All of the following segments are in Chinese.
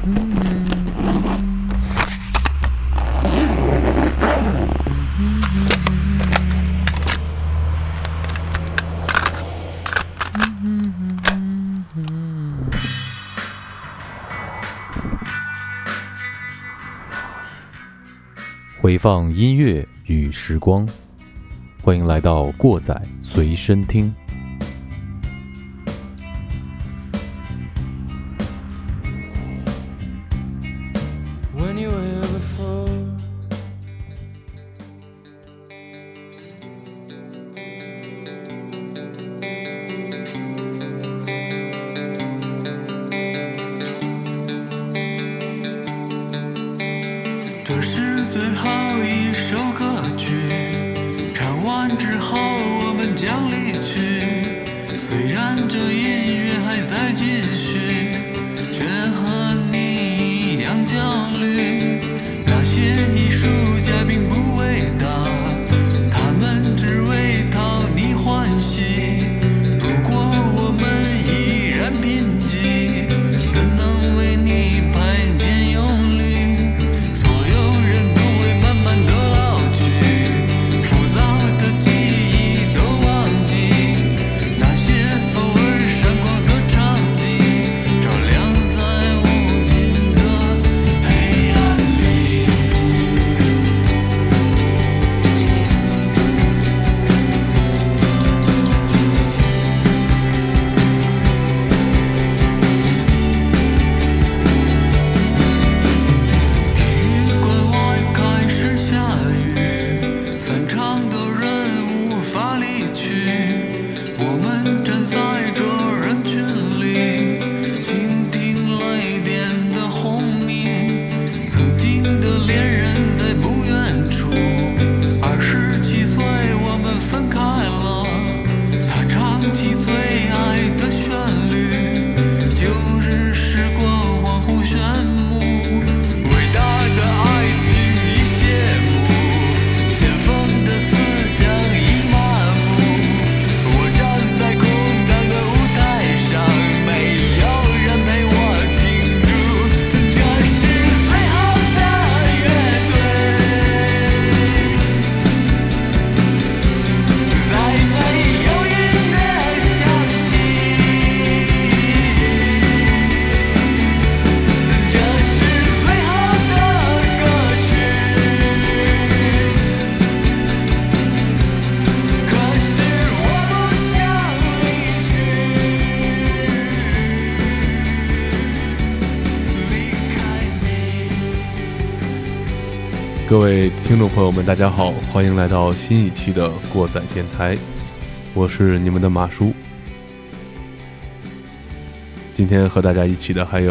回放音乐与时光，欢迎来到过载随身听。 这是最后一首歌曲，唱完之后我们将离去。虽然这音乐还在继续，却和你一样焦虑。那些艺术家并不伟大，他们只为讨你欢喜。如果我们依然贫瘠，怎能为你排解忧虑？ 各位听众朋友们大家好，欢迎来到新一期的过载电台，我是你们的马叔。今天和大家一起的还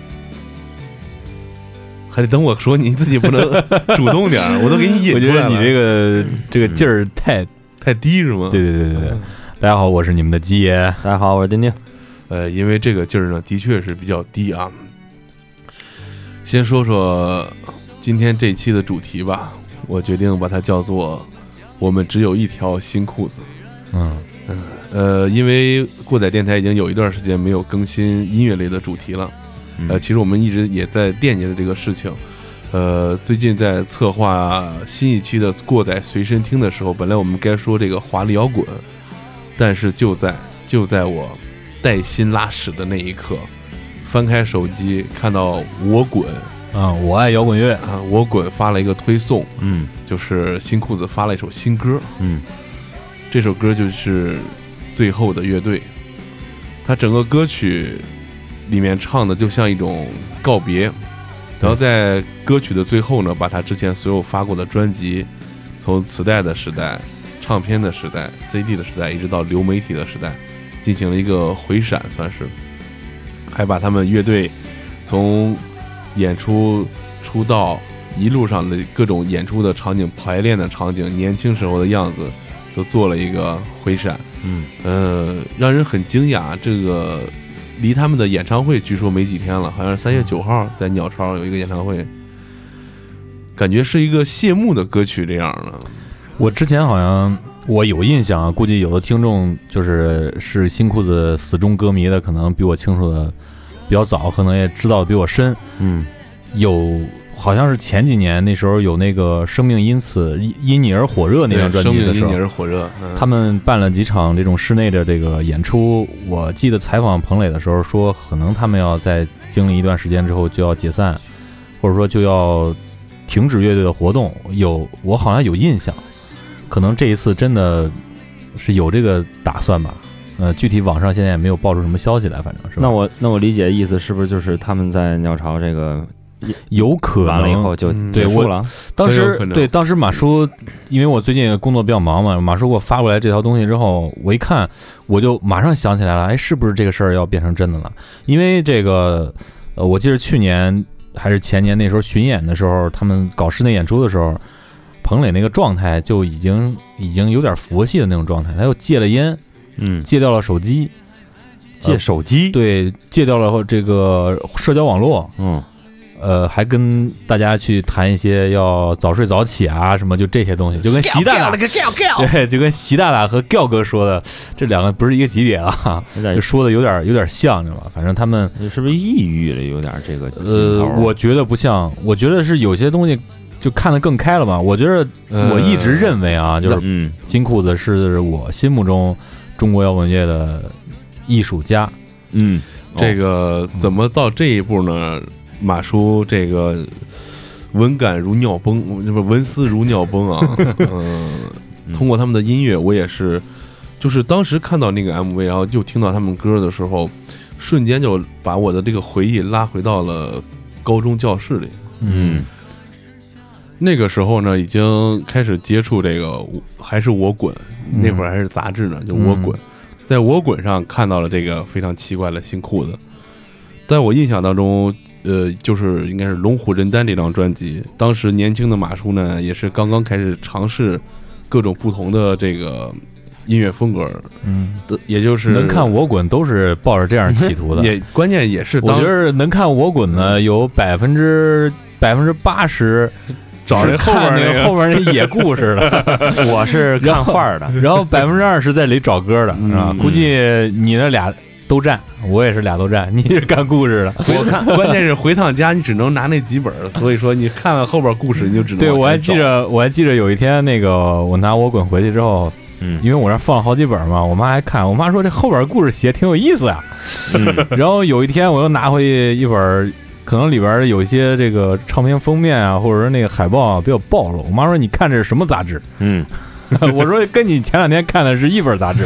得等我说，你自己不能主动点我都给你引出来了。 我觉得你这个劲儿太低是吗？ 对，大家好，我是你们的鸡爷。 大家好，我是丁丁。 因为这个劲儿呢的确是比较低啊。先说说今天这一期的主题吧，我决定把它叫做我们只有一条新裤子。因为过载电台已经有一段时间没有更新音乐类的主题了，其实我们一直也在惦记着这个事情。最近在策划新一期的过载随身听的时候，本来我们该说这个华丽摇滚，但是就在我带薪拉屎的那一刻，翻开手机看到我滚我爱摇滚乐我滚发了一个推送，就是新裤子发了一首新歌，这首歌就是最后的乐队。它整个歌曲里面唱的就像一种告别，然后在歌曲的最后呢，把他之前所有发过的专辑，从磁带的时代、唱片的时代、CD 的时代，一直到流媒体的时代，进行了一个回闪，算是还把他们乐队从演出出道一路上的各种演出的场景、排练的场景、年轻时候的样子都做了一个回闪。让人很惊讶，这个离他们的演唱会据说没几天了，好像是3月9号在鸟巢有一个演唱会，感觉是一个谢幕的歌曲这样的。 我之前好像我有印象啊，估计有的听众是新裤子死忠歌迷的，可能比我清楚的比较早，可能也知道的比我深。有好像是前几年那时候有那个《生命因此因你而火热》那张专辑的时候， 生命因你而火热， 他们办了几场这种室内的这个演出。我记得采访彭磊的时候说，可能他们要在经历一段时间之后就要解散，或者说就要停止乐队的活动。我好像有印象，可能这一次真的是有这个打算吧。具体网上现在也没有爆出什么消息来，反正是吧。 那我理解意思是不是就是他们在鸟巢这个有可能完了以后就结束了？ 当时马叔，因为我最近工作比较忙嘛，马叔给我发过来这条东西之后，我一看我就马上想起来了，哎，是不是这个事儿要变成真的了？因为这个我记得去年还是前年那时候巡演的时候，他们搞室内演出的时候，彭磊那个状态就已经有点佛系的那种状态，他又戒了烟。戒掉了手机， 戒手机， 对，戒掉了这个社交网络，还跟大家去谈一些要早睡早起啊什么，就这些东西，就跟习大大，对，就跟习大大和调哥说的，这两个不是一个级别啊，就说的有点像，知道吧？反正他们是不是抑郁了，有点这个我觉得不像，我觉得是有些东西就看得更开了吧。我觉得我一直认为啊，就是新裤子是我心目中中国摇滚乐的艺术家。 这个怎么到这一步呢？马叔这个文感如尿崩，不是文思如尿崩啊。通过他们的音乐，我也是，就是当时看到那个 MV， 然后又听到他们歌的时候，瞬间就把我的这个回忆拉回到了高中教室里。那个时候呢，已经开始接触这个，还是我滚，那会儿还是杂志呢，就我滚，在我滚上看到了这个非常奇怪的新裤子。在我印象当中，就是应该是《龙虎人丹》这张专辑，当时年轻的马叔呢，也是刚刚开始尝试各种不同的这个音乐风格，也就是能看我滚都是抱着这样企图的， 也关键也是， 我觉得能看我滚呢，有80% 找这后面那野故事的， 我是看画的， 然后20%在里找歌的，是吧？估计你那俩都占，我也是俩都占，你是干故事的。 我看，关键是回趟家你只能拿那几本，所以说你看完后边故事你就只能对。我还记着有一天那个我拿我滚回去之后，因为我这放了好几本嘛，我妈还看，我妈说这后边故事写挺有意思呀。然后有一天我又拿回去一本。可能里边有一些这个唱片封面啊，或者说那个海报啊比较暴露。我妈说：“你看这是什么杂志？”我说：“跟你前2天看的是一本杂志。”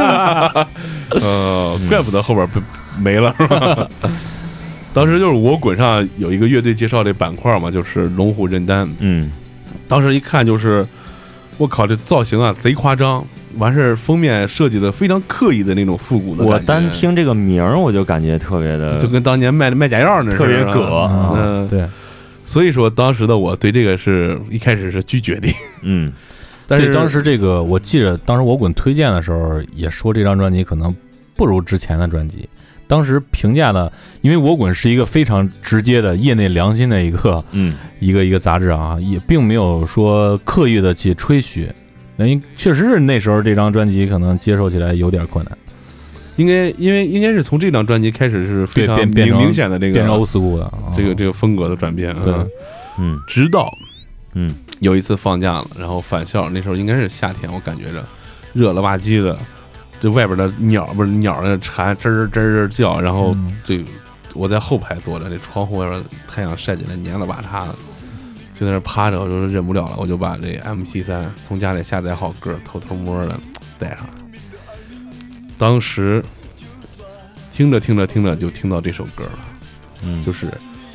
怪不得后边没了，是吧？当时就是我滚上有一个乐队介绍这板块嘛，就是龙虎人丹。当时一看就是我靠，这造型啊贼夸张，完事封面设计的非常刻意的那种复古的感觉。 我单听这个名我就感觉特别的， 就跟当年卖假药那特别葛。 对， 所以说当时的我对这个是一开始是拒绝的。 但是当时这个我记着，当时我滚推荐的时候也说这张专辑可能不如之前的专辑。当时评价的，因为我滚是一个非常直接的业内良心的一个一个杂志啊，也并没有说刻意的去吹嘘。确实是那时候这张专辑可能接受起来有点困难， 因为应该是从这张专辑开始是非常明显的这个变成 old school 的这个风格的转变。直到有一次放假了，然后返校，那时候应该是夏天，我感觉着热了吧唧的，这外边的鸟的蝉吱吱叫，然后这我在后排坐着，这窗户外边太阳晒进来，黏了吧嚓的。就在那趴着，我就忍不了了，我就把这 MP3 从家里下载好歌，偷偷摸的带上。当时听着就听到这首歌了，就是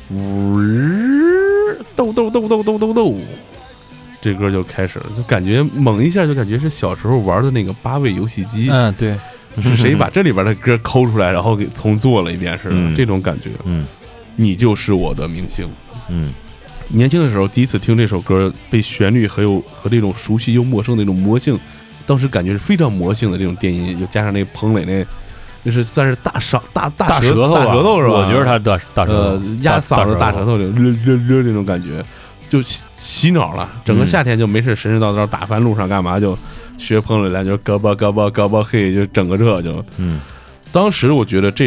豆，这歌就开始了，就感觉猛一下，就感觉是小时候玩的那个8位游戏机。 对， 是谁把这里边的歌抠出来，然后给重做了一遍似的，这种感觉。你就是我的明星。年轻的时候第一次听这首歌，被旋律和这种熟悉又陌生的那种魔性，当时感觉是非常魔性的这种电音，又加上那彭磊那是算是大舌头是吧？ 我觉得他大舌头压嗓子大舌头这种感觉就洗脑了。整个夏天就没事神神叨叨打翻路上干嘛，就学彭磊来就咯巴嘿，就整个这就当时我觉得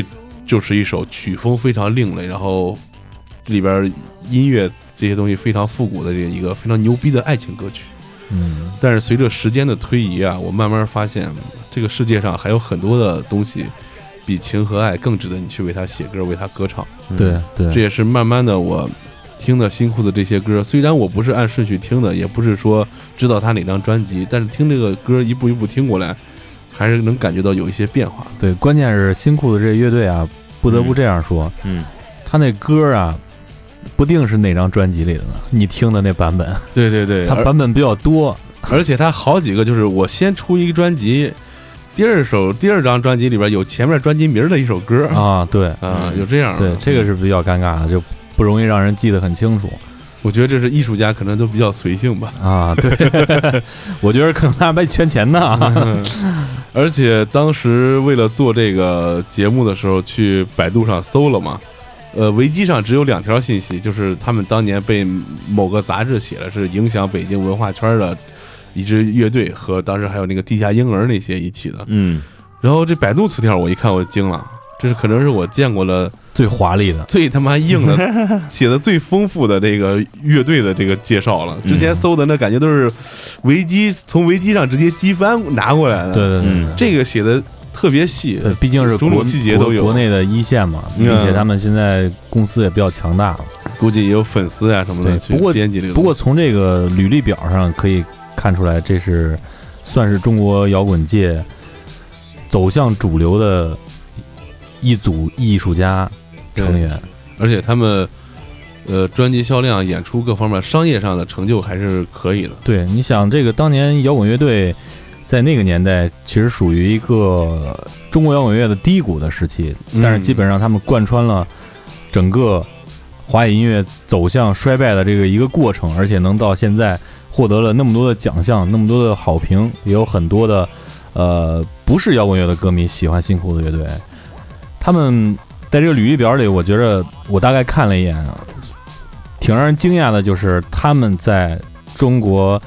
就是一首曲风非常另类，然后里边音乐这些东西非常复古的一个非常牛逼的爱情歌曲。但是随着时间的推移啊，我慢慢发现这个世界上还有很多的东西比情和爱更值得你去为他写歌，为他歌唱。 对对， 这也是慢慢的我听的新裤子这些歌，虽然我不是按顺序听的，也不是说知道他哪张专辑，但是听这个歌一步一步听过来，还是能感觉到有一些变化。 对，关键是新裤子这乐队啊，不得不这样说，他那歌啊，不定是哪张专辑里的呢？你听的那版本， 对对对， 他版本比较多， 而且他好几个就是我先出一个专辑，第二张专辑里边有前面专辑名的一首歌啊，对啊，有这样的， 对，这个是比较尴尬的，就不容易让人记得很清楚。 我觉得这是艺术家可能都比较随性吧。 啊，对，我觉得可能他被圈钱呢。 而且当时为了做这个节目的时候，去百度上搜了嘛。维基上只有2条信息，就是他们当年被某个杂志写了是影响北京文化圈的一支乐队，和当时还有那个地下婴儿那些一起的。然后这百度词条我一看我就惊了，这是可能是我见过的最华丽的、 最他妈硬的、写的最丰富的这个乐队的这个介绍了。之前搜的那感觉都是从维基上直接机翻拿过来的。 对对对， 这个写的特别细， 毕竟是种种细节都有。 国内的一线嘛，并且他们现在公司也比较强大了， 估计也有粉丝呀什么的去编辑这个。 不过从这个履历表上可以看出来，这是算是中国摇滚界走向主流的一组艺术家成员， 而且他们专辑销量、演出各方面商业上的成就还是可以的。 对，你想这个当年摇滚乐队在那个年代其实属于一个中国摇滚乐的低谷的时期，但是基本上他们贯穿了整个华语音乐走向衰败的这个一个过程，而且能到现在获得了那么多的奖项，那么多的好评，也有很多的不是摇滚乐的歌迷喜欢新裤子乐队。他们在这个履历表里，我觉得我大概看了一眼，挺让人惊讶的，就是他们在中国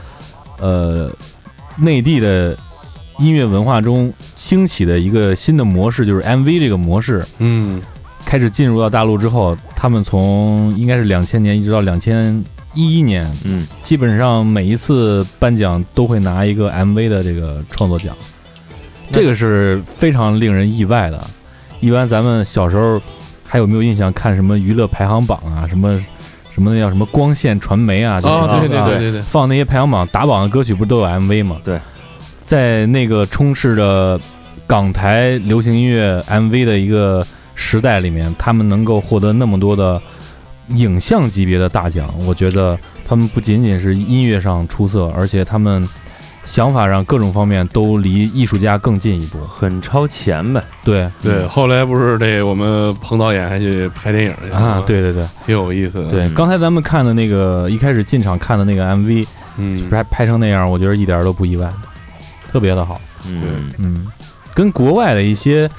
内地的音乐文化中兴起的一个新的模式，就是 MV 这个模式，开始进入到大陆之后，他们从应该是2000年一直到2011年，基本上每一次颁奖都会拿一个 MV 的这个创作奖，这个是非常令人意外的。一般咱们小时候还有没有印象看什么娱乐排行榜啊，什么那叫什么光线传媒啊？ 对， 放那些排行榜打榜的歌曲不都有 MV 吗？ 对， 在那个充斥着港台流行音乐 MV 的一个时代里面，他们能够获得那么多的影像级别的大奖，我觉得他们不仅仅是音乐上出色，而且他们想法上各种方面都离艺术家更进一步， 很超前呗。 对， 后来不是这我们彭导演还去拍电影去啊？对，挺有意思的。 对，刚才咱们看的那个一开始进场看的那个 MV，拍成那样，我觉得一点都不意外，特别的好。跟国外的一些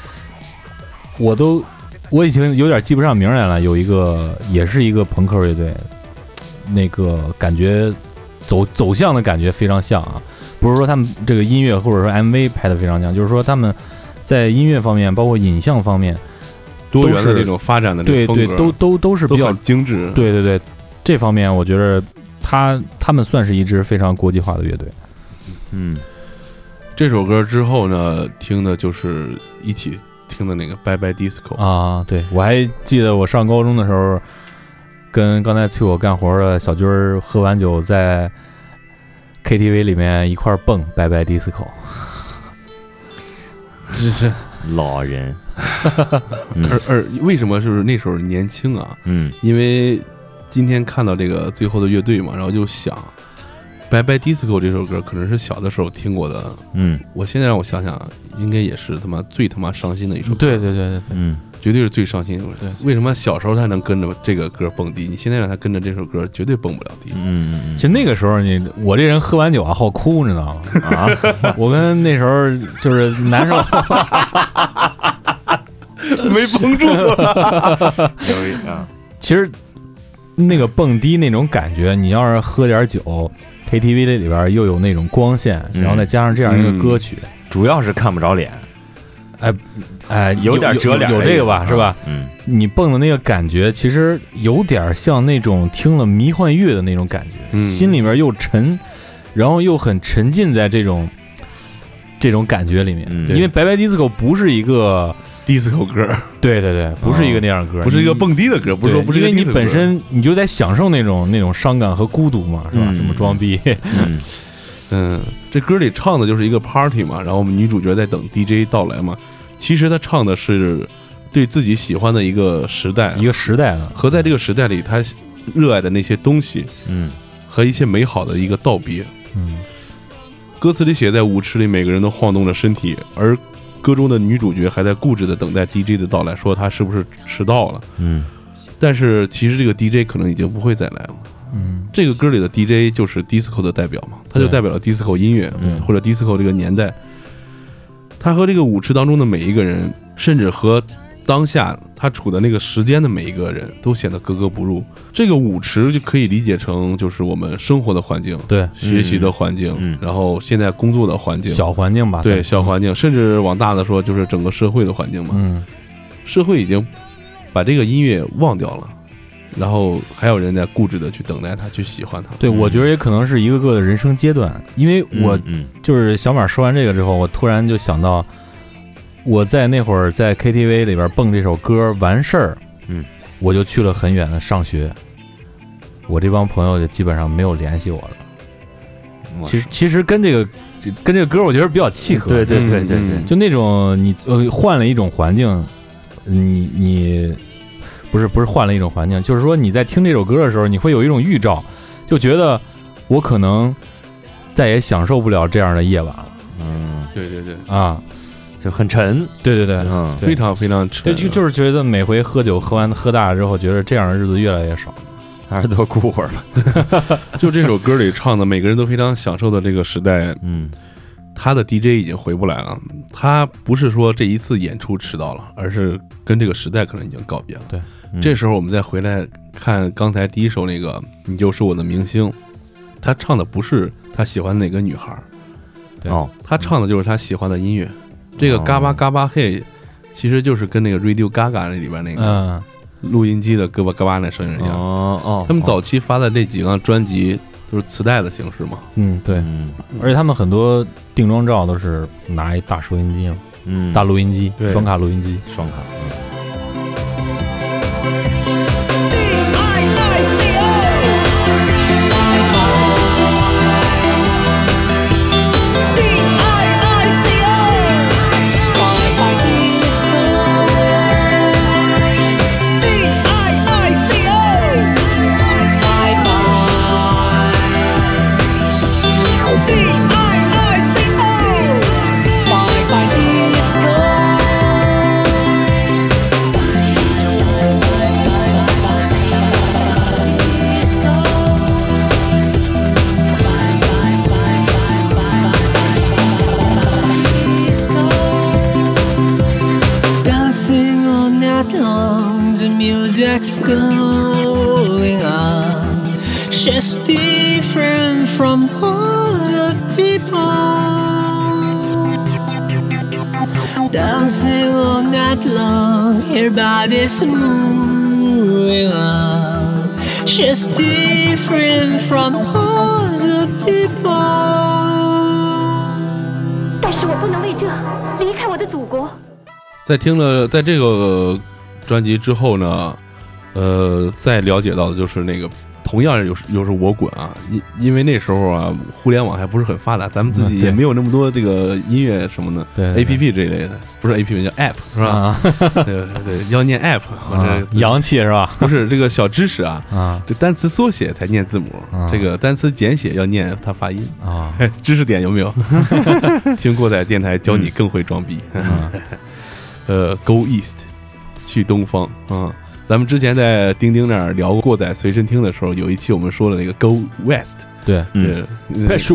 我已经有点记不上名来了，有一个也是一个朋克乐队，那个感觉走向的感觉非常像啊。不是说他们这个音乐或者说 MV 拍的非常像，就是说他们在音乐方面，包括影像方面， 多元的这种发展的这个风格， 对，都是比较精致。 对，这方面我觉得他们算是一支非常国际化的乐队。 这首歌之后呢，听的就是一起听的那个《Bye Bye Disco》 啊。对，我还记得我上高中的时候，跟刚才催我干活的小军儿喝完酒在KTV 里面一块蹦拜拜 disco， 这是老人。 而为什么就是那时候年轻啊？因为今天看到这个最后的乐队嘛，然后就想拜拜 disco 这首歌可能是小的时候听过的。我现在让我想想，应该也是最他妈伤心的一首歌。 对， 绝对是最伤心的。对，为什么小时候他能跟着这个歌蹦迪，你现在让他跟着这首歌绝对蹦不了迪。 其实那个时候我这人喝完酒啊好哭，你知道吗？我跟那时候就是难受， 没绷住。 其实那个蹦迪那种感觉，你要是喝点酒 ，KTV 里边又有那种光线，然后再加上这样一个歌曲， 主要是看不着脸。 有点折脸， 有这个吧，是吧？你蹦的那个感觉，其实有点像那种听了迷幻乐的那种感觉，心里面又沉，然后又很沉浸在这种感觉里面。因为白白 disco 不是一个 disco 歌，对， 不是一个那样的歌， 不是一个蹦迪的歌，不是说不是， 因为你本身你就在享受那种伤感和孤独嘛，是吧？这么装逼。 这歌里唱的就是一个 party 嘛，然后我们女主角在等 DJ 到来嘛。其实她唱的是对自己喜欢的一个时代和在这个时代里她热爱的那些东西，和一些美好的一个道别。歌词里写，在舞池里每个人都晃动着身体，而歌中的女主角还在固执的等待 DJ 的到来，说她是不是迟到了。但是其实这个 DJ 可能已经不会再来了。这个歌里的 DJ 就是 disco 的代表嘛，它就代表了 disco 音乐，或者 disco 这个年代。他和这个舞池当中的每一个人，甚至和当下他处的那个时间的每一个人都显得格格不入。这个舞池就可以理解成就是我们生活的环境， 对， 学习的环境，然后现在工作的环境， 小环境吧， 对，小环境，甚至往大的说就是整个社会的环境嘛。社会已经把这个音乐忘掉了，然后还有人在固执的去等待他，去喜欢他。 对，我觉得也可能是一个个的人生阶段。因为我就是小马说完这个之后，我突然就想到，我在那会儿在 KTV 里边蹦这首歌完事儿，我就去了很远的上学，我这帮朋友就基本上没有联系我了。其实跟这个歌我觉得比较契合。 对， 就那种你换了一种环境，你不是换了一种环境，就是说你在听这首歌的时候，你会有一种预兆，就觉得我可能再也享受不了这样的夜晚了。 对啊， 就很沉。 对， 非常非常沉。 对，就是觉得每回喝酒喝大了之后，觉得这样的日子越来越少， 还是多过会儿吧。 就这首歌里唱的，每个人都非常享受的这个时代，他的 DJ 已经回不来了。他不是说这一次演出迟到了，而是跟这个时代可能已经告别了。 对， 这时候我们再回来看刚才第一首那个《你就是我的明星》，他唱的不是他喜欢哪个女孩，他唱的就是他喜欢的音乐。这个嘎巴嘎巴嘿，其实就是跟那个 Radio Gaga 那里边那个录音机的嘎巴嘎巴那声音一样。他们早期发的这几张专辑都是磁带的形式嘛。 对，而且他们很多定妆照都是拿一大收音机嘛，大录音机，双卡录音机， 双卡。 Music's going on, just different from other people. Dancing all night long, everybody's moving on, just different from other people. 但是我不能为这离开我的祖国。 在这个专辑之后呢，再了解到的就是那个同样又是我滚啊，因为那时候啊，互联网还不是很发达，咱们自己也没有那么多这个音乐什么的， 对 APP 这一类的，不是 APP 叫 App 是吧？对，要念 App， 洋气是吧？ 不是这个小知识啊，这单词缩写才念字母，这个单词简写要念它发音啊。知识点有没有？听过载电台教你更会装逼。Go East， 去东方啊。咱们之前在钉钉那儿聊过载随身听的时候，有一期我们说了那个 Go West， 对，Pet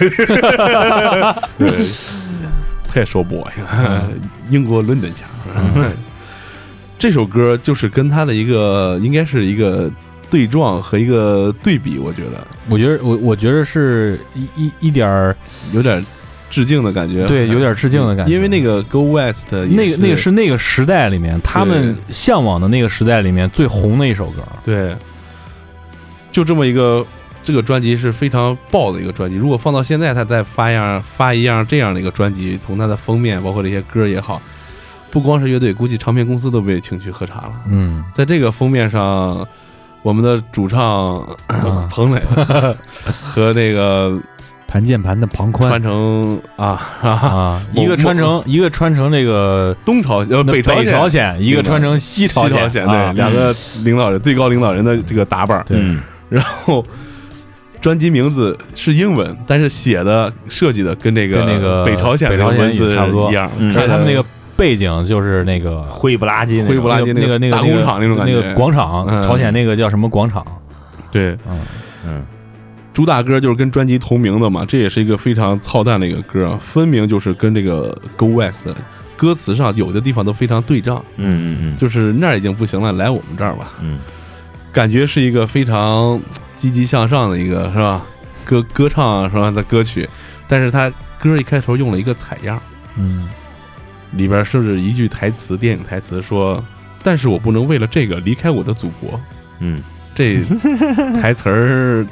Shop Boy， 英国伦敦腔。这首歌就是跟他的一个应该是一个对撞和一个对比，我觉得是一点儿有点致敬的感觉， 对，有点致敬的感觉。 因为那个 Go West 那个是那个时代里面他们向往的那个时代里面最红的一首歌。 对，就这么一个。这个专辑是非常爆的一个专辑，如果放到现在，他再发一样这样的一个专辑，从它的封面包括这些歌也好，不光是乐队，估计唱片公司都被请去喝茶了。在这个封面上，我们的主唱彭磊和那个弹键盘的庞宽穿成一个穿成这个北朝鲜， 一个穿成西朝鲜， 对，两个领导人最高领导人的这个打扮， 对， 然后。专辑名字是英文，但是设计的跟那个北朝鲜的文字差不多一样。 看他们那个背景就是那个灰不拉几那个大工厂那种感觉， 那个广场，朝鲜那个叫什么广场？ 对，主打歌就是跟专辑同名的嘛，这也是一个非常操蛋的一个歌，分明就是跟这个 Go West 歌词上有的地方都非常对仗。就是那儿已经不行了，来我们这儿吧。感觉是一个非常积极向上的一个是吧？歌唱是吧的歌曲，但是他歌一开头用了一个采样，里边甚至一句台词，电影台词说：“但是我不能为了这个离开我的祖国。”这台词儿，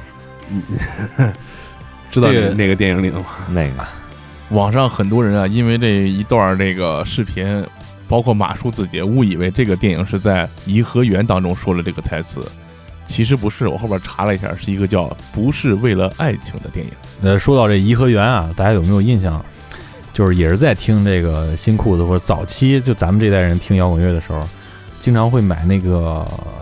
知道哪个电影里的吗？ 那个网上很多人啊，因为这一段那个视频。包括马叔自己误以为这个电影是在《颐和园》当中说了这个台词，其实不是。我后边查了一下，是一个叫《不是为了爱情》的电影。 说到这颐和园啊，大家有没有印象？就是也是在听这个新裤子或者早期，就咱们这代人听摇滚乐的时候，经常会买那个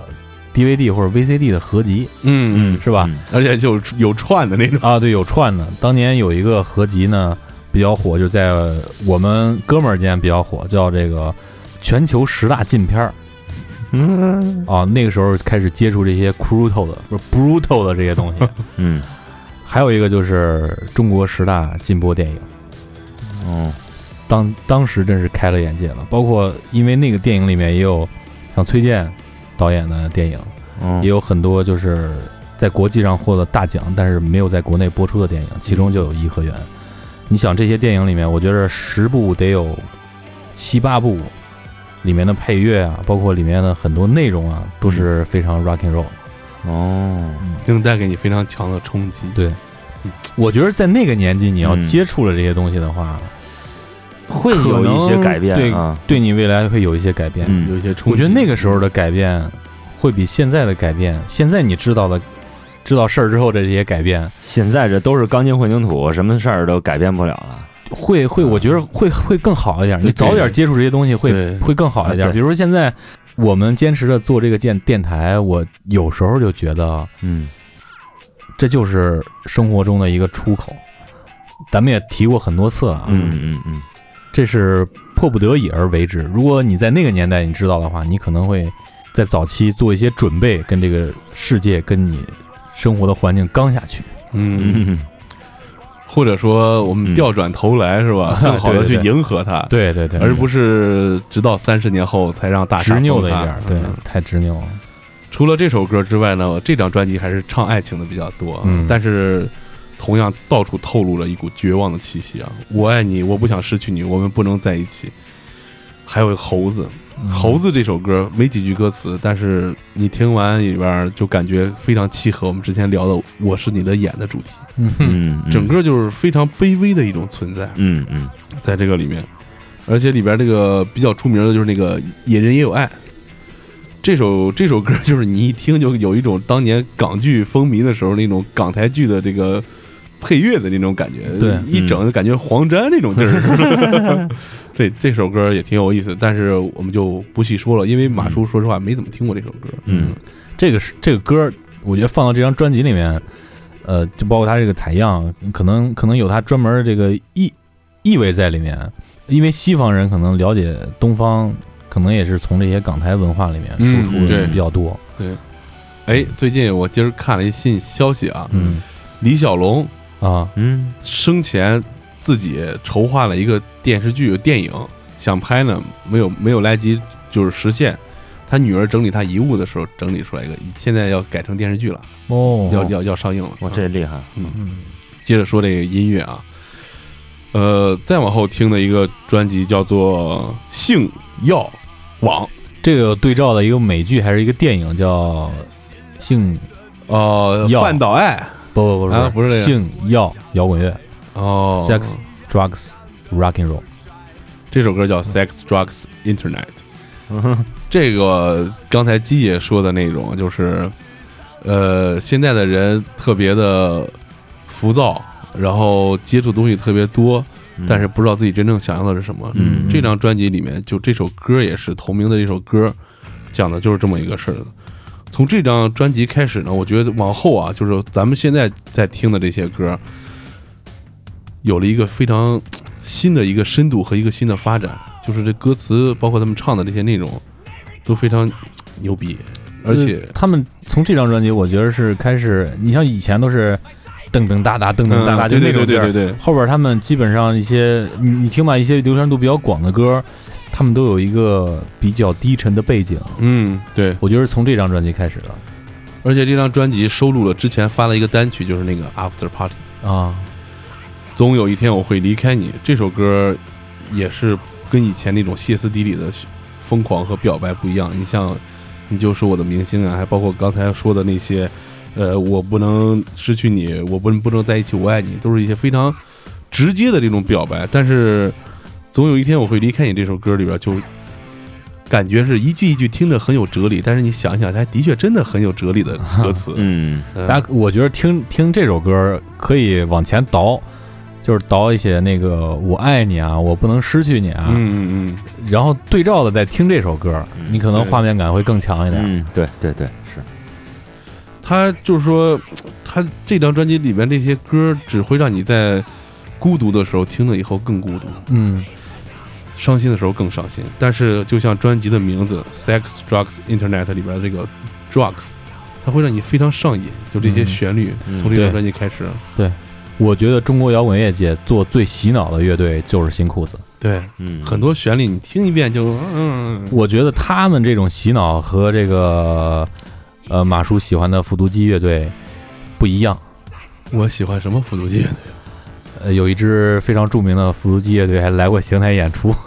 DVD 或者 VCD 的合集，是吧？ 而且就有串的那种啊，对，有串的。当年有一个合集呢。比较火，就在我们哥们儿间比较火，叫这个全球10大禁片儿。那个时候开始接触这些 brutal 的这些东西。还有一个就是中国10大禁播电影。当时真是开了眼界了。包括因为那个电影里面也有像崔健导演的电影，也有很多就是在国际上获得大奖，但是没有在国内播出的电影，其中就有《颐和园》。你想这些电影里面，我觉得10部得有7、8部，里面的配乐啊，包括里面的很多内容啊，都是非常 rock and roll。 能带给你非常强的冲击。 对，我觉得在那个年纪，你要接触了这些东西的话， 会有一些改变， 对你未来会有一些改变， 有一些冲击。 我觉得那个时候的改变会比现在的改变，现在你知道事儿之后的这些改变， 现在这都是钢筋混凝土，什么事儿都改变不了了。 会，我觉得会更好一点。你早点接触这些东西会更好一点。比如说现在我们坚持着做这个电台，我有时候就觉得，这就是生活中的一个出口。咱们也提过很多次啊，这是迫不得已而为之。如果你在那个年代你知道的话，你可能会在早期做一些准备，跟这个世界跟你生活的环境刚下去， 或者说我们调转头来是吧，更好的去迎合它， 对， 而不是直到30年后才让大执拗的一点，对，太执拗了。 除了这首歌之外呢，这张专辑还是唱爱情的比较多，但是同样到处透露了一股绝望的气息啊！我爱你，我不想失去你，我们不能在一起。还有猴子。猴子这首歌没几句歌词，但是你听完里边就感觉非常契合我们之前聊的我是你的眼的主题。整个就是非常卑微的一种存在。在这个里面，而且里边这个比较出名的就是那个野人也有爱。这首歌就是你一听就有一种当年港剧风靡的时候那种港台剧的这个配乐的那种感觉， 对， 一整就感觉黄沾那种劲儿。这首歌也挺有意思，但是我们就不细说了，因为马叔说实话没怎么听过这首歌。 这个歌，我觉得放到这张专辑里面，就包括他这个采样，可能有他专门的这个意味在里面，因为西方人可能了解东方，可能也是从这些港台文化里面输出的比较多。 对，最近我今儿看了一新消息啊，李小龙啊， 生前自己筹划了一个电影想拍呢，没有来及就是实现。他女儿整理他遗物的时候整理出来一个，现在要改成电视剧了，要上映了。 哇，这厉害。 接着说这个音乐啊， 再往后听的一个专辑叫做《性药网》， 这个对照的一个美剧还是一个电影叫性药饭岛爱不啊不是这个性药摇滚乐 ，Sex Drugs Rock and Roll， 这首歌叫 Sex Drugs Internet。这个刚才鸡爷说的那种，就是现在的人特别的浮躁，然后接触东西特别多，但是不知道自己真正想要的是什么。这张专辑里面就这首歌也是同名的这首歌，讲的就是这么一个事儿。从这张专辑开始呢，我觉得往后啊，就是咱们现在在听的这些歌，有了一个非常新的一个深度和一个新的发展，就是这歌词包括他们唱的这些内容都非常牛逼，而且他们从这张专辑，我觉得是开始，你像以前都是噔噔哒哒噔噔哒哒，就那种劲儿， 对， 后边他们基本上一些你听吧，一些流传度比较广的歌，他们都有一个比较低沉的背景。 对， 我觉得是从这张专辑开始的。 而且这张专辑收录了之前发了一个单曲，就是那个 After Party 啊， 总有一天我会离开你。这首歌也是跟以前那种歇斯底里的疯狂和表白不一样。你像你就是我的明星啊，还包括刚才说的那些我不能失去你，我不能在一起，我爱你，都是一些非常直接的这种表白。但是总有一天我会离开你这首歌里边，就感觉是一句一句听着很有哲理，但是你想想，它的确真的很有哲理的歌词。 大家我觉得听这首歌可以往前倒，就是倒一些那个我爱你啊，我不能失去你啊，然后对照的再听这首歌，你可能画面感会更强一点。 对，是。 他就是说，他这张专辑里面这些歌只会让你在孤独的时候听了以后更孤独，伤心的时候更伤心。但是就像专辑的名字 Sex Drugs Internet 里边这个 drugs， 它会让你非常上瘾，就这些旋律从这张专辑开始。 对，我觉得中国摇滚乐界做最洗脑的乐队就是新裤子。 对，很多旋律你听一遍就我觉得他们这种洗脑和这个马叔喜欢的复读机乐队不一样。 我喜欢什么复读机乐队？ 有一支非常著名的复读机乐队还来过邢台演出。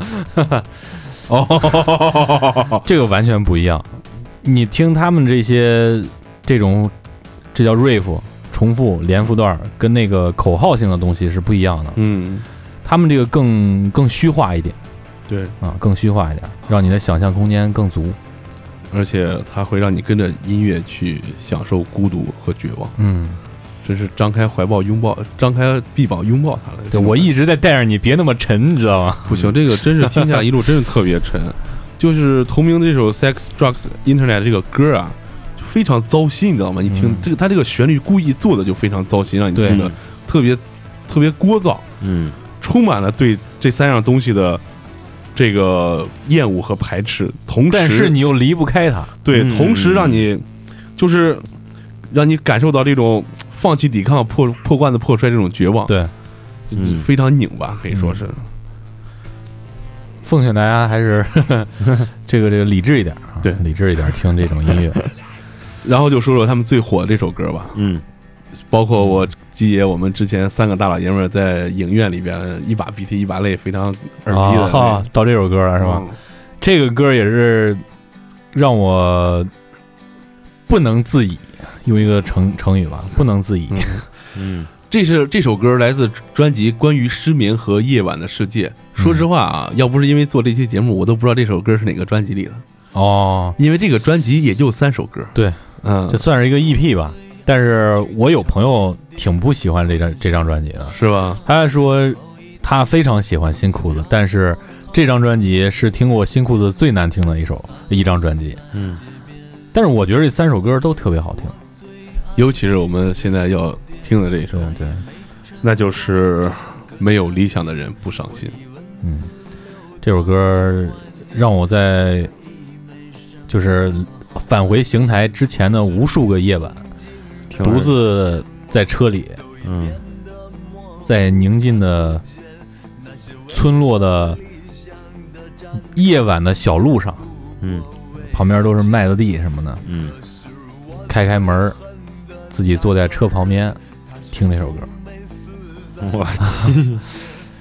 这个完全不一样。你听他们这些这叫 riff 重复连复段，跟那个口号性的东西是不一样的。他们这个更虚化一点。 对啊，更虚化一点，让你的想象空间更足， 而且它会让你跟着音乐去享受孤独和绝望。真是张开臂膀拥抱他了。 对，我一直在带着你，别那么沉，你知道吗？ 不行，这个真是听下来一路真是特别沉。就是同名的这首 Sex Drugs Internet 这个歌啊，就非常糟心，你知道吗？你听这个，它这个旋律故意做的就非常糟心，让你听着特别聒噪，充满了对这三样东西的这个厌恶和排斥，同时但是你又离不开它， 对，同时让你就是让你感受到这种放弃抵抗、破罐子破摔这种绝望， 对， 非常拧巴，可以说是。 奉劝大家还是这个理智一点， 对， 理智一点听这种音乐。 然后就说说他们最火的这首歌吧，包括我基爷，我们之前三个大老爷们在影院里边一把鼻涕一把泪，非常耳逼的， 到这首歌了是吧？这个歌也是让我不能自已，用一个成语吧，不能自已。 这首歌来自专辑《关于失眠和夜晚的世界》。说实话啊，要不是因为做这期节目，我都不知道这首歌是哪个专辑里的。因为这个专辑也就3首歌。 对，这算是一个 EP 吧。但是我有朋友挺不喜欢这张专辑的， 是吧？ 他还说他非常喜欢新裤子，但是这张专辑是听过新裤子最难听的一张专辑。但是我觉得这3首歌都特别好听， 尤其是我们现在要听的这一首， 对， 那就是没有理想的人不伤心。 这首歌让我在就是返回邢台之前的无数个夜晚，独自在车里，在宁静的村落的夜晚的小路上，旁边都是麦子地什么的，开门，自己坐在车旁边听那首歌。 我去，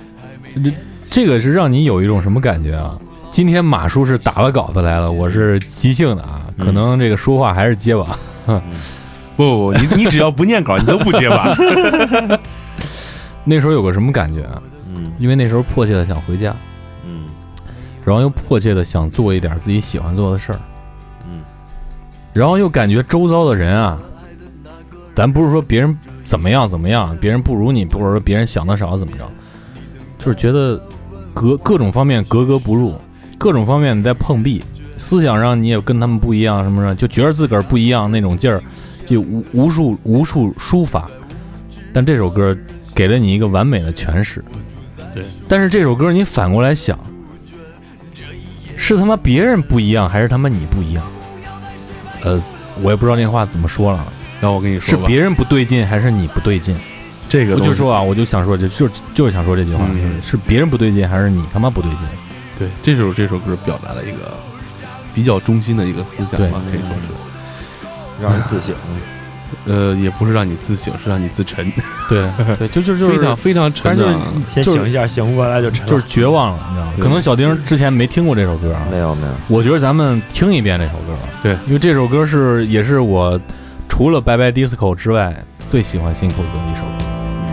这个是让你有一种什么感觉啊？今天马叔是打了稿子来了，我是即兴的啊，可能这个说话还是结巴。 不，你只要不念稿，你都不结巴。 那时候有个什么感觉啊？因为那时候迫切的想回家，然后又迫切的想做一点自己喜欢做的事儿，然后又感觉周遭的人啊，咱不是说别人怎么样，别人不如你，或者说别人想的少怎么着，就是觉得各种方面格格不入，各种方面你在碰壁，思想上你也跟他们不一样，什么的，就觉得自个儿不一样那种劲儿，就无处抒发。但这首歌给了你一个完美的诠释。 对， 但是这首歌你反过来想，是他妈别人不一样，还是他妈你不一样？我也不知道那话怎么说了。 然后我跟你说是别人不对劲，还是你不对劲？ 这个我就说啊，我就想说，就是想说这句话，是别人不对劲，还是你他妈不对劲？ 对，这首歌表达了一个比较中心的一个思想吧，可以说是让人自省。 也不是让你自省，是让你自沉。 对，就是非常非常沉的。 先醒一下，醒不过来就沉， 就是绝望了，你知道吗？可能小丁之前没听过这首歌啊， 没有。 我觉得咱们听一遍这首歌， 对， 因为这首歌也是我除了拜拜 disco 之外最喜欢新裤子的一首歌。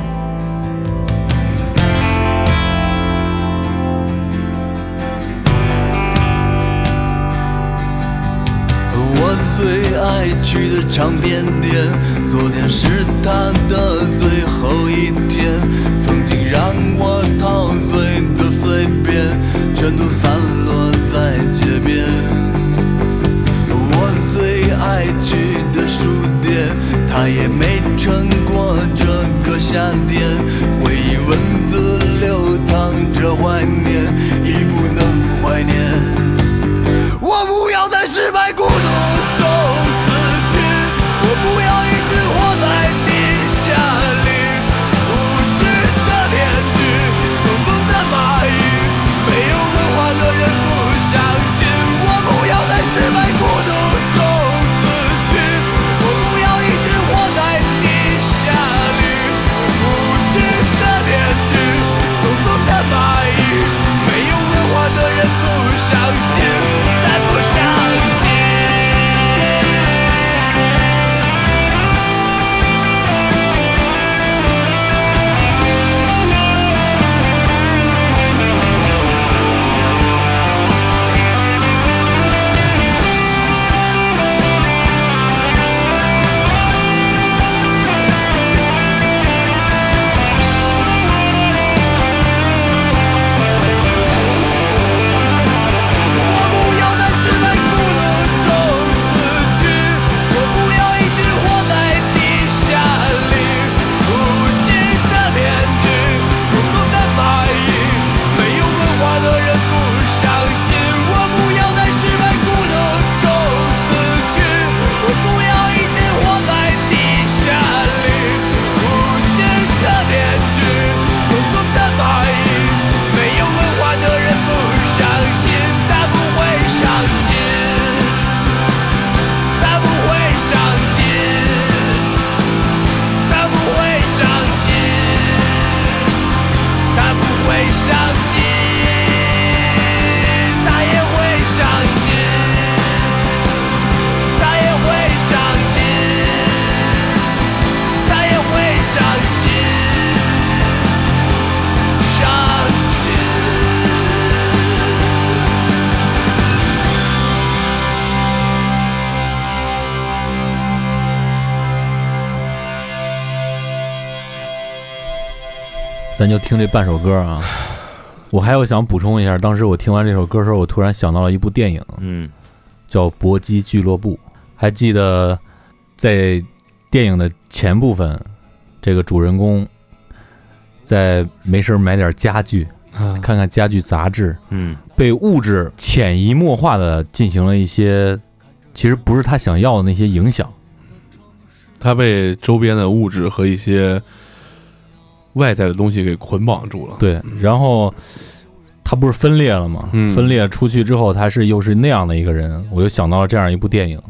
我最爱去的唱片店，昨天是他的最后一天，曾经让我陶醉的碎片全都散落在街边。我最爱去的书店，它也没撑过这个夏天，回忆文字流淌着怀念，已不能怀念。我不要在失败孤独中死去，我不要一直活在地下里，无知的脸具，疯疯的蚂蚁，没有文化的人不相信。我不要在失败孤独中死去，我不要一直活在地下里，无知的脸具，疯疯的蚂蚁，没有文化的人不相信。 咱就听这半首歌啊。我还有想补充一下，当时我听完这首歌的时候，我突然想到了一部电影，叫《搏击俱乐部》。还记得在电影的前部分，这个主人公在没事买点家具，看看家具杂志，被物质潜移默化的进行了一些其实不是他想要的那些影响， 他被周边的物质和一些外在的东西给捆绑住了。 对，然后他不是分裂了吗？分裂出去之后，他又是那样的一个人，我就想到了这样一部电影。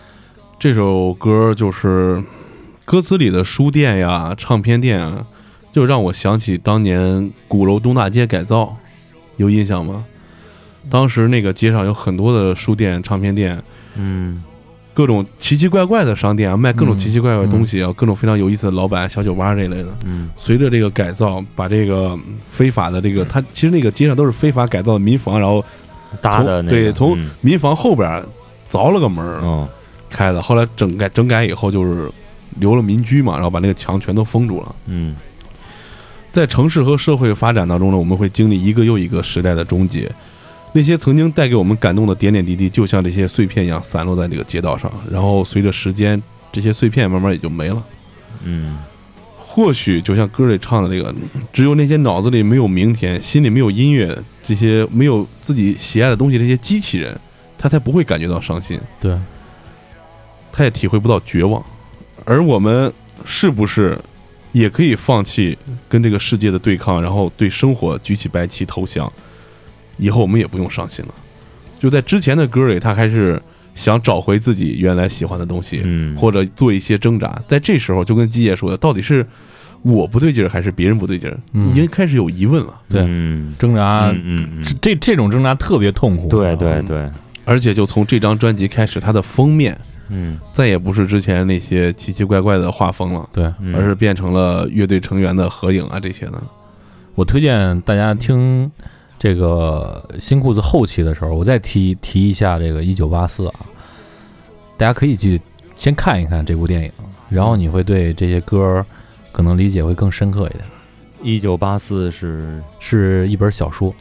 这首歌就是歌词里的书店呀、唱片店啊， 就让我想起当年鼓楼东大街改造，有印象吗？当时那个街上有很多的书店、唱片店，各种奇奇怪怪的商店啊，卖各种奇奇怪怪的东西啊，各种非常有意思的老板、小酒吧这类的。随着这个改造，把这个非法的这个，它其实那个街上都是非法改造的民房，然后搭的那个， 对，从民房后边凿了个门开的。后来整改以后，就是留了民居嘛，然后把那个墙全都封住了。在城市和社会发展当中呢，我们会经历一个又一个时代的终结。那些曾经带给我们感动的点点滴滴，就像这些碎片一样散落在这个街道上，然后随着时间，这些碎片慢慢也就没了。或许就像歌里唱的这个，只有那些脑子里没有明天、心里没有音乐、这些没有自己喜爱的东西，这些机器人，他才不会感觉到伤心。 对， 他也体会不到绝望。而我们是不是也可以放弃跟这个世界的对抗，然后对生活举起白旗投降？以后我们也不用伤心了。就在之前的歌里，他还是想找回自己原来喜欢的东西，或者做一些挣扎。在这时候，就跟基爷说的，到底是我不对劲儿，还是别人不对劲儿？已经开始有疑问了。 对，挣扎，这种挣扎特别痛苦。 对对对， 而且就从这张专辑开始，它的封面，再也不是之前那些奇奇怪怪的画风了， 对， 而是变成了乐队成员的合影啊这些的。 我推荐大家听这个新裤子后期的时候，我再提一下这个1984啊，大家可以去先看一看这部电影，然后你会对这些歌可能理解会更深刻一点。 1984 是一本小说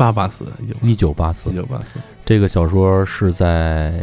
，1984， 这个小说是在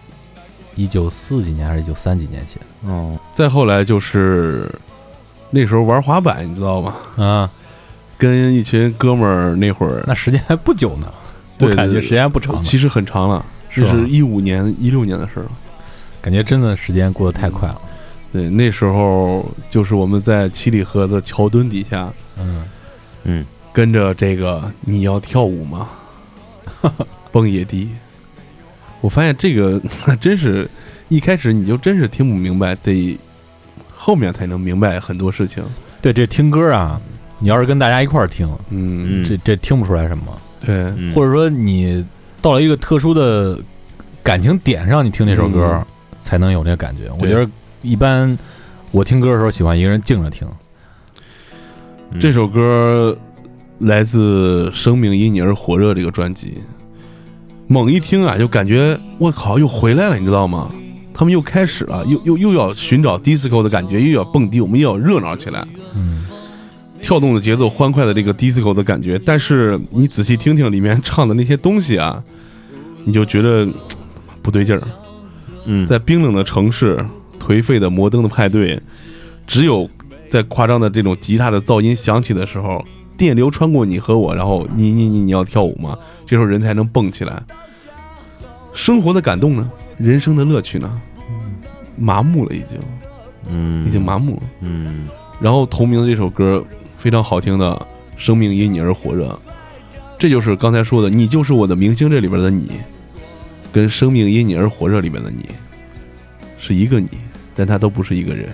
1940几年还是1930几年写的。 再后来就是那时候玩滑板，你知道吗？跟一群哥们儿那会儿， 那时间还不久呢，我感觉时间不长， 其实很长了，这是15年、16年的事了， 感觉真的时间过得太快了。 对，那时候就是我们在七里河的桥墩底下，跟着这个你要跳舞吗？蹦野迪。我发现这个真是一开始你就真是听不明白，得后面才能明白很多事情。 对，这听歌啊，你要是跟大家一块儿听，这听不出来什么。 对， 或者说你到了一个特殊的感情点上，你听这首歌，才能有这个感觉。我觉得一般我听歌的时候喜欢一个人静着听。 这首歌来自《生命因你而火热》这个专辑，猛一听啊，就感觉我靠，又回来了，你知道吗？他们又开始了，又要寻找 disco 的感觉，又要蹦迪，我们又要热闹起来。跳动的节奏，欢快的这个 disco 的感觉，但是你仔细听听里面唱的那些东西啊，你就觉得不对劲儿。在冰冷的城市，颓废的摩登的派对，只有在夸张的这种吉他的噪音响起的时候，电流穿过你和我，然后你要跳舞吗？这时候人才能蹦起来。生活的感动呢？人生的乐趣呢？麻木了已经麻木了。然后同名的这首歌非常好听的《生命因你而火热》，这就是刚才说的你就是我的明星这里边的你，跟《生命因你而火热》里面的你是一个你，但它都不是一个人。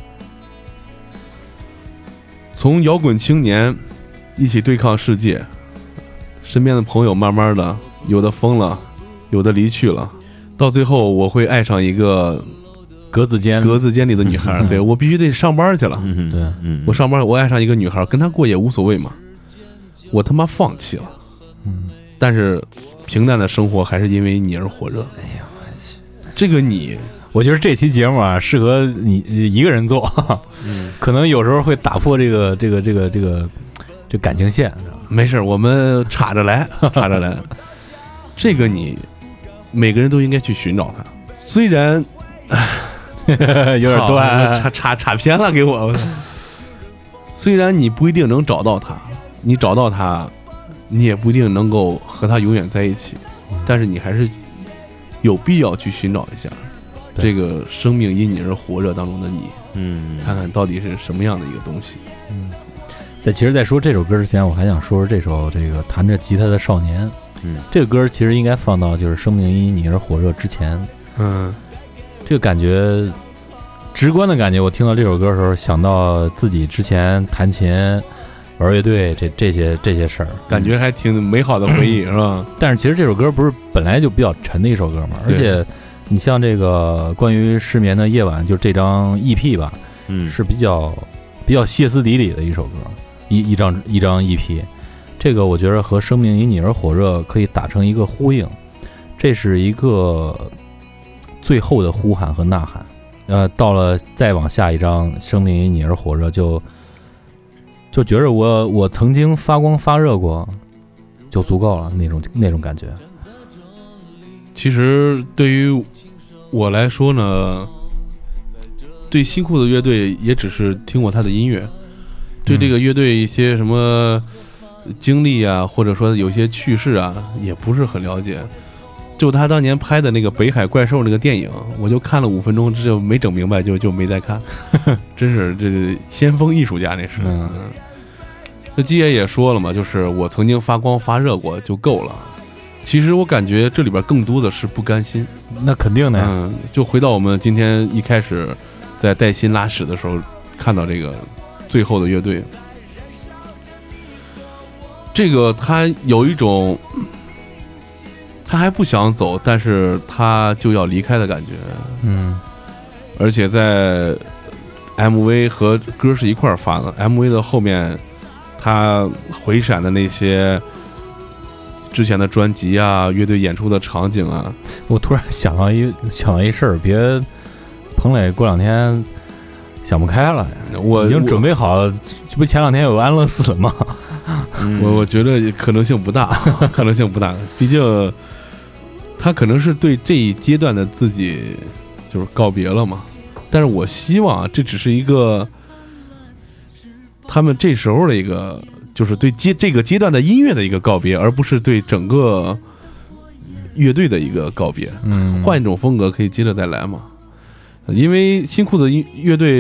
从摇滚青年一起对抗世界，身边的朋友慢慢的有的疯了，有的离去了，到最后我会爱上一个格子间里的女孩，对，我必须得上班去了。 对， 我上班，我爱上一个女孩，跟她过也无所谓嘛。我他妈放弃了。但是平淡的生活还是因为你而火热。哎呀，这个你， 我觉得这期节目啊，适合你一个人做，可能有时候会打破这感情线。 没事，我们插着来。这个你，每个人都应该去寻找它，虽然。 有点断， 插偏了给我。虽然你不一定能找到他，你找到他，你也不一定能够和他永远在一起，但是你还是有必要去寻找一下这个生命因你而火热当中的你，看看到底是什么样的一个东西。 其实在说这首歌之前，我还想说这首这个弹着吉他的少年，这个歌其实应该放到就是生命因你而火热之前。 嗯， 这个感觉直观的感觉，我听到这首歌的时候，想到自己之前弹琴、玩乐队这些事儿， 感觉还挺美好的回忆，是吧？ 但是其实这首歌不是本来就比较沉的一首歌嘛，而且你像这个关于失眠的夜晚，就这张 EP 吧，是比较歇斯底里的一首歌，一张 EP， 这个我觉得和生命因你而火热可以打成一个呼应，这是一个最后的呼喊和呐喊。到了再往下一张生命因你而火热，就觉着我曾经发光发热过就足够了，那种感觉。 其实对于我来说呢，对新裤子乐队也只是听过他的音乐，对这个乐队一些什么经历啊，或者说有些趣事啊，也不是很了解。就他当年拍的那个北海怪兽那个电影，我就看了5分钟，这就没整明白，就没再看。真是这先锋艺术家那是。这基爷也说了嘛，就是我曾经发光发热过就够了。其实我感觉这里边更多的是不甘心。 那肯定的呀。 就回到我们今天一开始在带薪拉屎的时候看到这个最后的乐队，这个他有一种他还不想走，但是他就要离开的感觉。而且在 MV 和歌是一块儿发的， MV 的后面他回闪的那些之前的专辑啊，乐队演出的场景啊， 我突然想到一事儿，别彭磊过2天想不开了，我已经准备好，这不前2天有安乐死吗？ 我觉得可能性不大，可能性不大，毕竟他可能是对这一阶段的自己就是告别了嘛。但是我希望这只是一个他们这时候的一个，就是对这个阶段的音乐的一个告别，而不是对整个乐队的一个告别。换一种风格可以接着再来嘛。因为新裤子乐队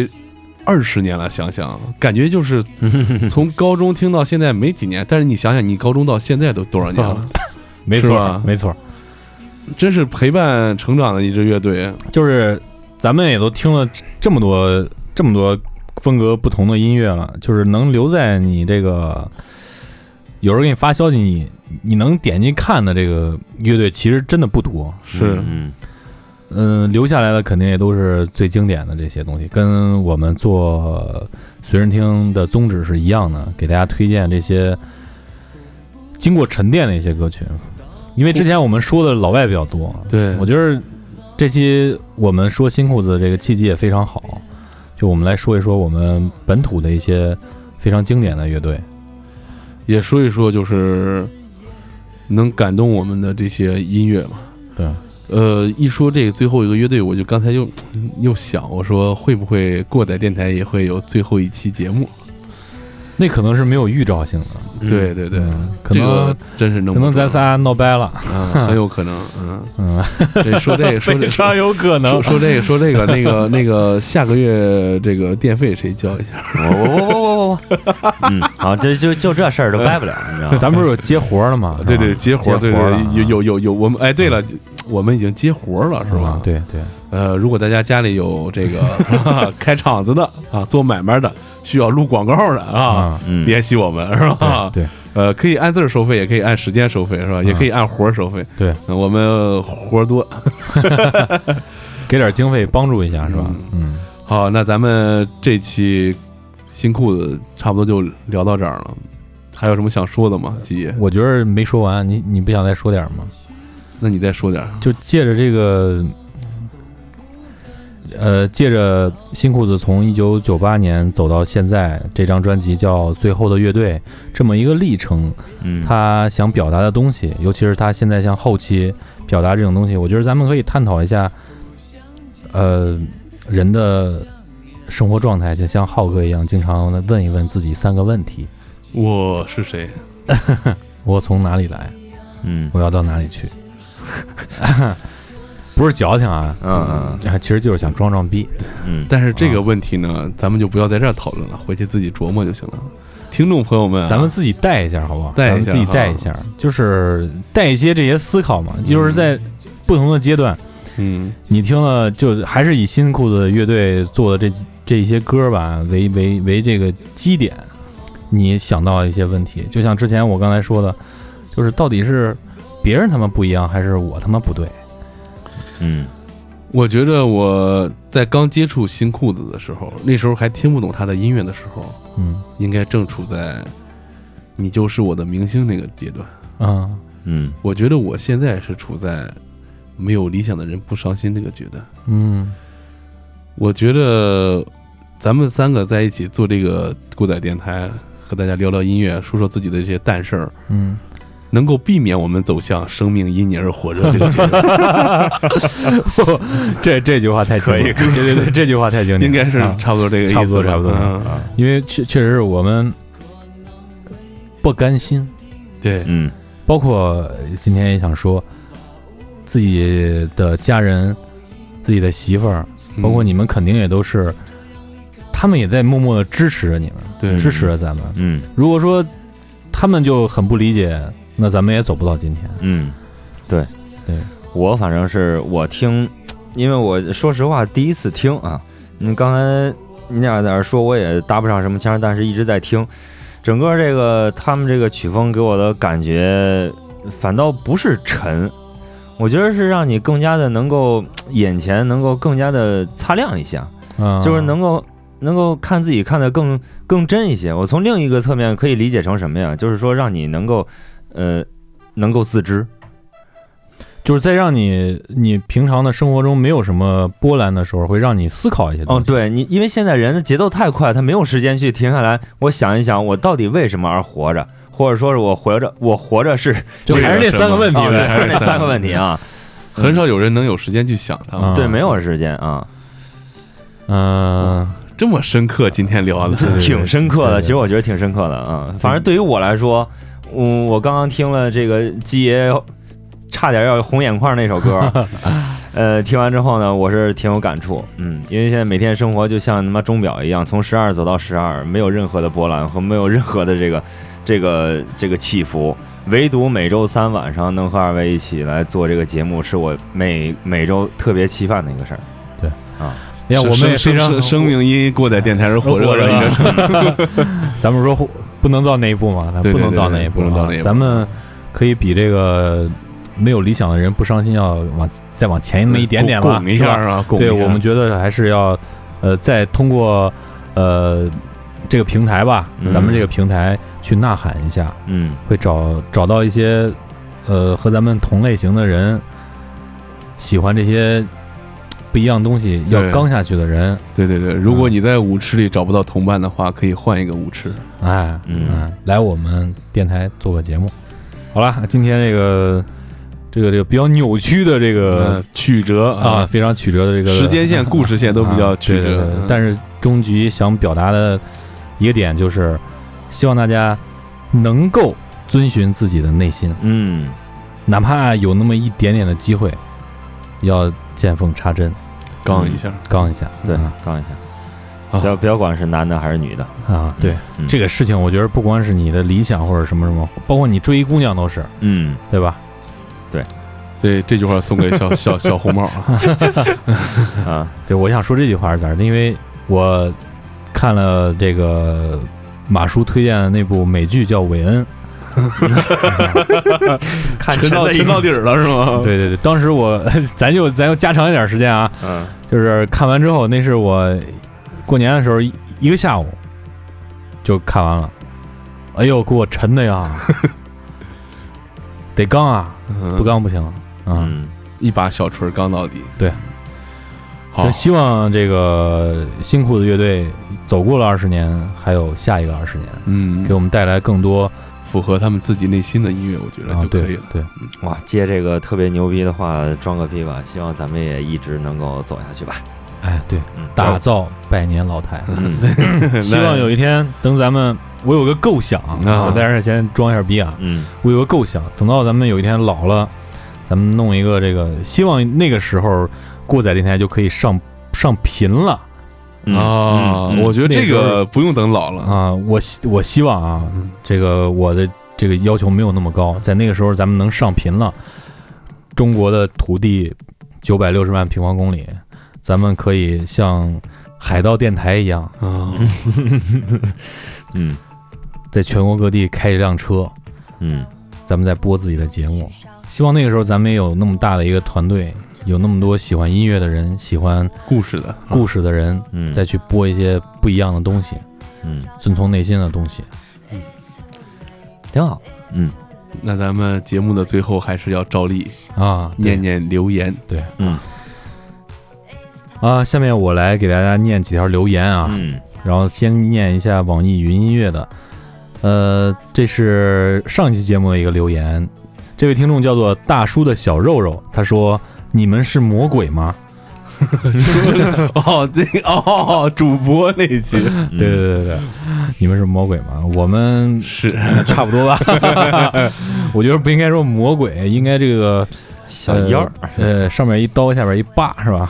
20年了，想想感觉就是从高中听到现在没几年，但是你想想，你高中到现在都多少年了？ 没错，没错， 真是陪伴成长的一支乐队。 就是咱们也都听了这么多风格不同的音乐了，就是能留在你这个有人给你发消息你能点进看的这个乐队，其实真的不多。 是， 留下来的肯定也都是最经典的这些东西，跟我们做随身听的宗旨是一样的，给大家推荐这些经过沉淀的一些歌曲。因为之前我们说的老外比较多， 对， 我觉得这期我们说新裤子的这个契机也非常好，就我们来说一说我们本土的一些非常经典的乐队， 也说一说就是能感动我们的这些音乐嘛。 对。 一说这个最后一个乐队，我就刚才又想，我说会不会过载电台也会有最后一期节目？ 那可能是没有预兆性的。 对对对， 可能、 这个、真是可能咱仨闹掰了， 很有可能。这说这个非常有可能。 说这个那个下个月这个电费谁交一下？ 我好，这就这事儿都掰不了，你知道吗？ 咱不是有接活了吗？ 对对，接活，对对，有我们对了。我们已经接活了，是吧？ 对对。 如果大家家里有这个开厂子的啊，做买卖的，需要录广告的啊，联系我们，是吧？ 对。 可以按字收费，也可以按时间收费，是吧？也可以按活收费。 对， 我们活多， 给点经费帮助一下，是吧？ 好，那咱们这期新裤子差不多就聊到这儿了。还有什么想说的吗，基爷？ 我觉得没说完，你不想再说点吗？ 那你再说点， 就借着这个，借着新裤子从1998年走到现在，这张专辑叫《最后的乐队》这么一个历程，他想表达的东西，尤其是他现在向后期表达这种东西，我觉得咱们可以探讨一下，人的生活状态，就像浩哥一样，经常的问一问自己3个问题： 我是谁？ 我从哪里来？我要到哪里去？不是矫情啊，其实就是想装装逼， 但是这个问题呢，咱们就不要在这儿讨论了，回去自己琢磨就行了。听众朋友们， 咱们自己带一下好不好？ 带一下， 自己带一下，就是带一些这些思考嘛，就是在不同的阶段， 你听了就还是以新裤子乐队做的这一些歌吧为这个基点，你想到一些问题，就像之前我刚才说的，就是到底是别人他妈不一样，还是我他妈不对？ 我觉得我在刚接触新裤子的时候，那时候还听不懂他的音乐的时候，应该正处在你就是我的明星那个阶段我觉得我现在是处在没有理想的人不伤心这个阶段。我觉得咱们3个在一起做这个过载电台，和大家聊聊音乐，说说自己的这些淡事儿，能够避免我们走向生命因你而火热这个阶段。 这句话太经典，对，这句话太经典， 应该是差不多这个意思， 差不多。因为确实是我们不甘心， 对， 包括今天也想说，自己的家人、自己的媳妇儿，包括你们，肯定也都是，他们也在默默的支持着你们， 对， 支持着咱们。如果说他们就很不理解，那咱们也走不到今天。 对，我反正是我听，因为我说实话第一次听啊，刚才你俩在那说，我也搭不上什么腔，但是一直在听，整个这个他们这个曲风给我的感觉，反倒不是沉，我觉得是让你更加的能够眼前能够更加的擦亮一下，就是能够看自己看得更真一些。我从另一个侧面可以理解成什么呀？就是说让你能够自知， 就是在让你平常的生活中没有什么波澜的时候，会让你思考一些东西。 对，你因为现在人的节奏太快，他没有时间去停下来，我想一想，我到底为什么而活着，或者说是我活着是， 就还是那3个问题， 对，还是那3个问题啊。 很少有人能有时间去想它们， 对，没有时间啊。 这么深刻，今天聊的挺深刻的，其实我觉得挺深刻的啊。反正对于我来说，我刚刚听了这个鸡爷差点要红眼眶那首歌，听完之后呢，我是挺有感触，因为现在每天生活就像他妈钟表一样，从12走到12，没有任何的波澜和没有任何的这个起伏，唯独每周3晚上能和2位一起来做这个节目，是我每周特别期盼的一个事儿。 对啊。 我们也非常生命因过载电台而火热的。 咱们说不能到那一步嘛，咱不能到那一步，咱们可以比这个没有理想的人不伤心要再往前那么一点点吧， 拱一下啊！ 对，我们觉得还是要再通过这个平台吧，咱们这个平台去呐喊一下，会找到一些和咱们同类型的人，喜欢这些不一样东西要刚下去的人。 对，如果你在舞池里找不到同伴的话，可以换一个舞池， 来我们电台做个节目。好了，今天这个比较扭曲的这个曲折啊，非常曲折的这个时间线、故事线都比较曲折， 对，但是终局想表达的一个点就是，希望大家能够遵循自己的内心，哪怕有那么一点点的机会，要见缝插针， 刚一下， 对，刚一下。不要管是男的还是女的啊，对，这个事情我觉得不光是你的理想或者什么，包括你追一姑娘都是，对吧？ 对，这句话送给小红帽啊，对，我想说这句话是咋的？因为我看了这个马叔推荐的那部美剧叫《韦恩》， 看沉到底儿了是吗？ 对，当时咱就加长一点时间啊，就是看完之后，那是我过年的时候一个下午就看完了，哎呦，给我沉的呀，得刚啊，不刚不行， 一把小锤刚到底。 对，好，希望这个新裤子乐队走过了20年，还有下一个20年，给我们带来更多符合他们自己内心的音乐，我觉得就可以了。 对， 哇，接这个特别牛逼的话，装个逼吧，希望咱们也一直能够走下去吧。 哎，对，打造百年老台。希望有一天，等咱们，我有个构想我在这先装一下逼啊。我有个构想，等到咱们有一天老了，咱们弄一个这个，希望那个时候过载电台就可以上频了。 我觉得这个不用等老了啊。我希望啊，这个我的这个要求没有那么高，在那个时候咱们能上频了，中国的土地 960万平方公里，咱们可以像海盗电台一样在全国各地开一辆车，咱们在播自己的节目。希望那个时候咱们也有那么大的一个团队，有那么多喜欢音乐的人，喜欢故事的人，再去播一些不一样的东西，遵从内心的东西， 挺好。 那咱们节目的最后还是要照例念念留言。 对，下面我来给大家念几条留言啊，然后先念一下网易云音乐的，这是上一期节目的一个留言，这位听众叫做大叔的小肉肉，他说：“你们是魔鬼吗？” 主播那一期， 对，你们是魔鬼吗？我们是差不多吧。我觉得不应该说魔鬼，应该这个小妖上面一刀，下边一把，是吧？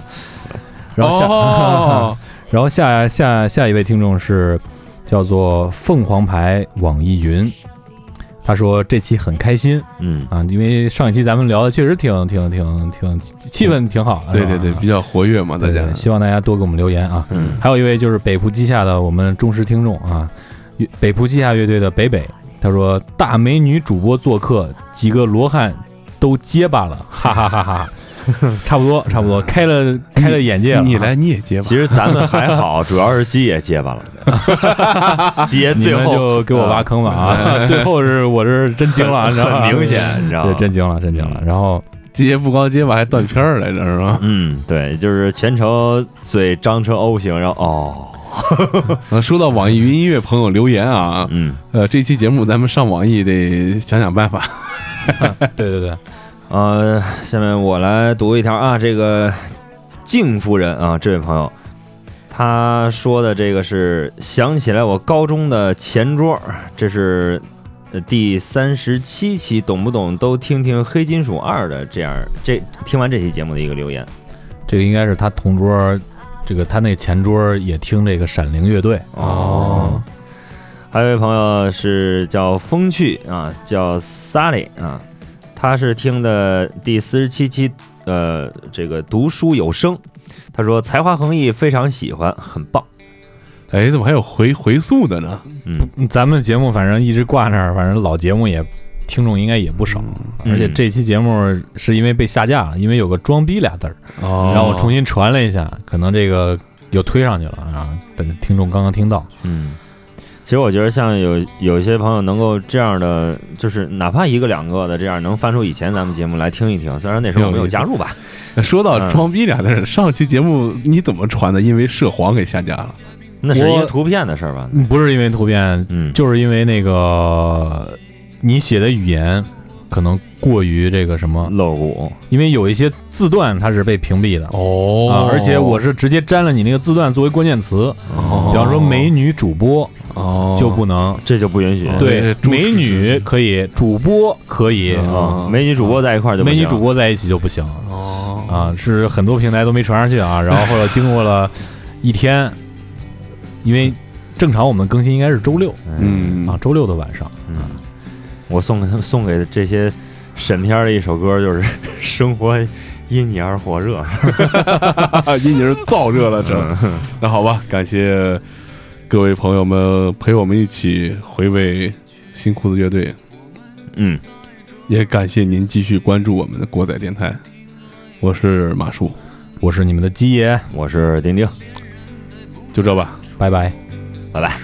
然后下一位听众是叫做凤凰牌网易云。他说这期很开心，因为上一期咱们聊的确实挺气氛挺好的， 对，比较活跃嘛，大家希望大家多给我们留言啊。还有一位就是北浦基下的我们忠实听众啊，北浦基下乐队的北，他说大美女主播做客，几个罗汉都结巴了，哈哈哈哈。差不多，开了眼界了。 你来你也结巴， 其实咱们还好，主要是鸡也结巴了。鸡爷最后就给我挖坑了啊！最后我是真惊了，你知道吗？ 很明显，你知道吗？ 对，真惊了。然后鸡爷不光结巴，还断片儿来着，是吧？ 对，就是全程嘴张成 O 型，然后说到网易云音乐朋友留言啊，这期节目咱们上网易得想办法。 对。 下面我来读一条啊，这个静夫人啊，这位朋友，他说的这个是想起来我高中的前桌，这是第37期，懂不懂都听听黑金属2的听完这期节目的一个留言。 这个应该是他同桌，这个他那前桌也听这个闪灵乐队哦。还有一位朋友是叫风趣啊，叫 Sally 啊。他是听的第47期，这个读书有声。他说才华横溢，非常喜欢，很棒。 哎，怎么还有回溯的呢？ 咱们节目反正一直挂那儿，反正老节目也听众应该也不少，而且这期节目是因为被下架了，因为有个装逼俩字儿，然后我重新传了一下，可能这个又推上去了啊，听众刚刚听到， 其实我觉得像有一些朋友能够这样的，就是哪怕一个两个的这样能翻出以前咱们节目来听一听，虽然那时候我没有加入吧。 说到装逼俩字，上期节目你怎么传的？因为涉黄给下架了。 那是因为图片的事儿吧？ 不是因为图片，就是因为那个你写的语言可能过于这个什么露骨， 因为有一些字段它是被屏蔽的而且我是直接粘了你那个字段作为关键词，比方说美女主播就不能， 这就不允许。 对，美女可以，主播可以美女主播在一块儿就不行， 美女主播在一起就不行是很多平台都没传上去啊。然后后来经过了一天，因为正常我们更新应该是周六，周六的晚上， 我送给这些审片的一首歌，就是生活因你而火热， 因你而燥热了这。那好吧，感谢各位朋友们陪我们一起回味新裤子乐队，也感谢您继续关注我们的过载电台。我是马叔， 我是你们的鸡爷， 我是丁丁， 就这吧， 拜拜， 拜拜。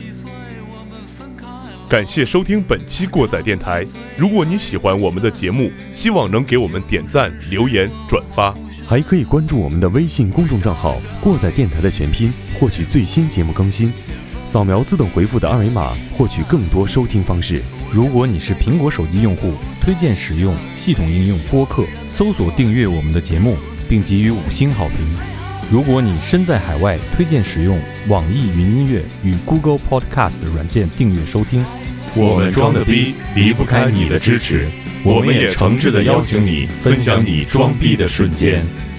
感谢收听本期过载电台。如果你喜欢我们的节目，希望能给我们点赞、留言、转发， 还可以关注我们的微信公众账号过载电台的全拼，获取最新节目更新。扫描自动回复的二维码，获取更多收听方式。 如果你是苹果手机用户，推荐使用系统应用播客，搜索订阅我们的节目，并给予5星好评。如果你身在海外，推荐使用网易云音乐与 Google Podcast 软件订阅收听。 我们装的逼离不开你的支持，我们也诚挚地邀请你分享你装逼的瞬间。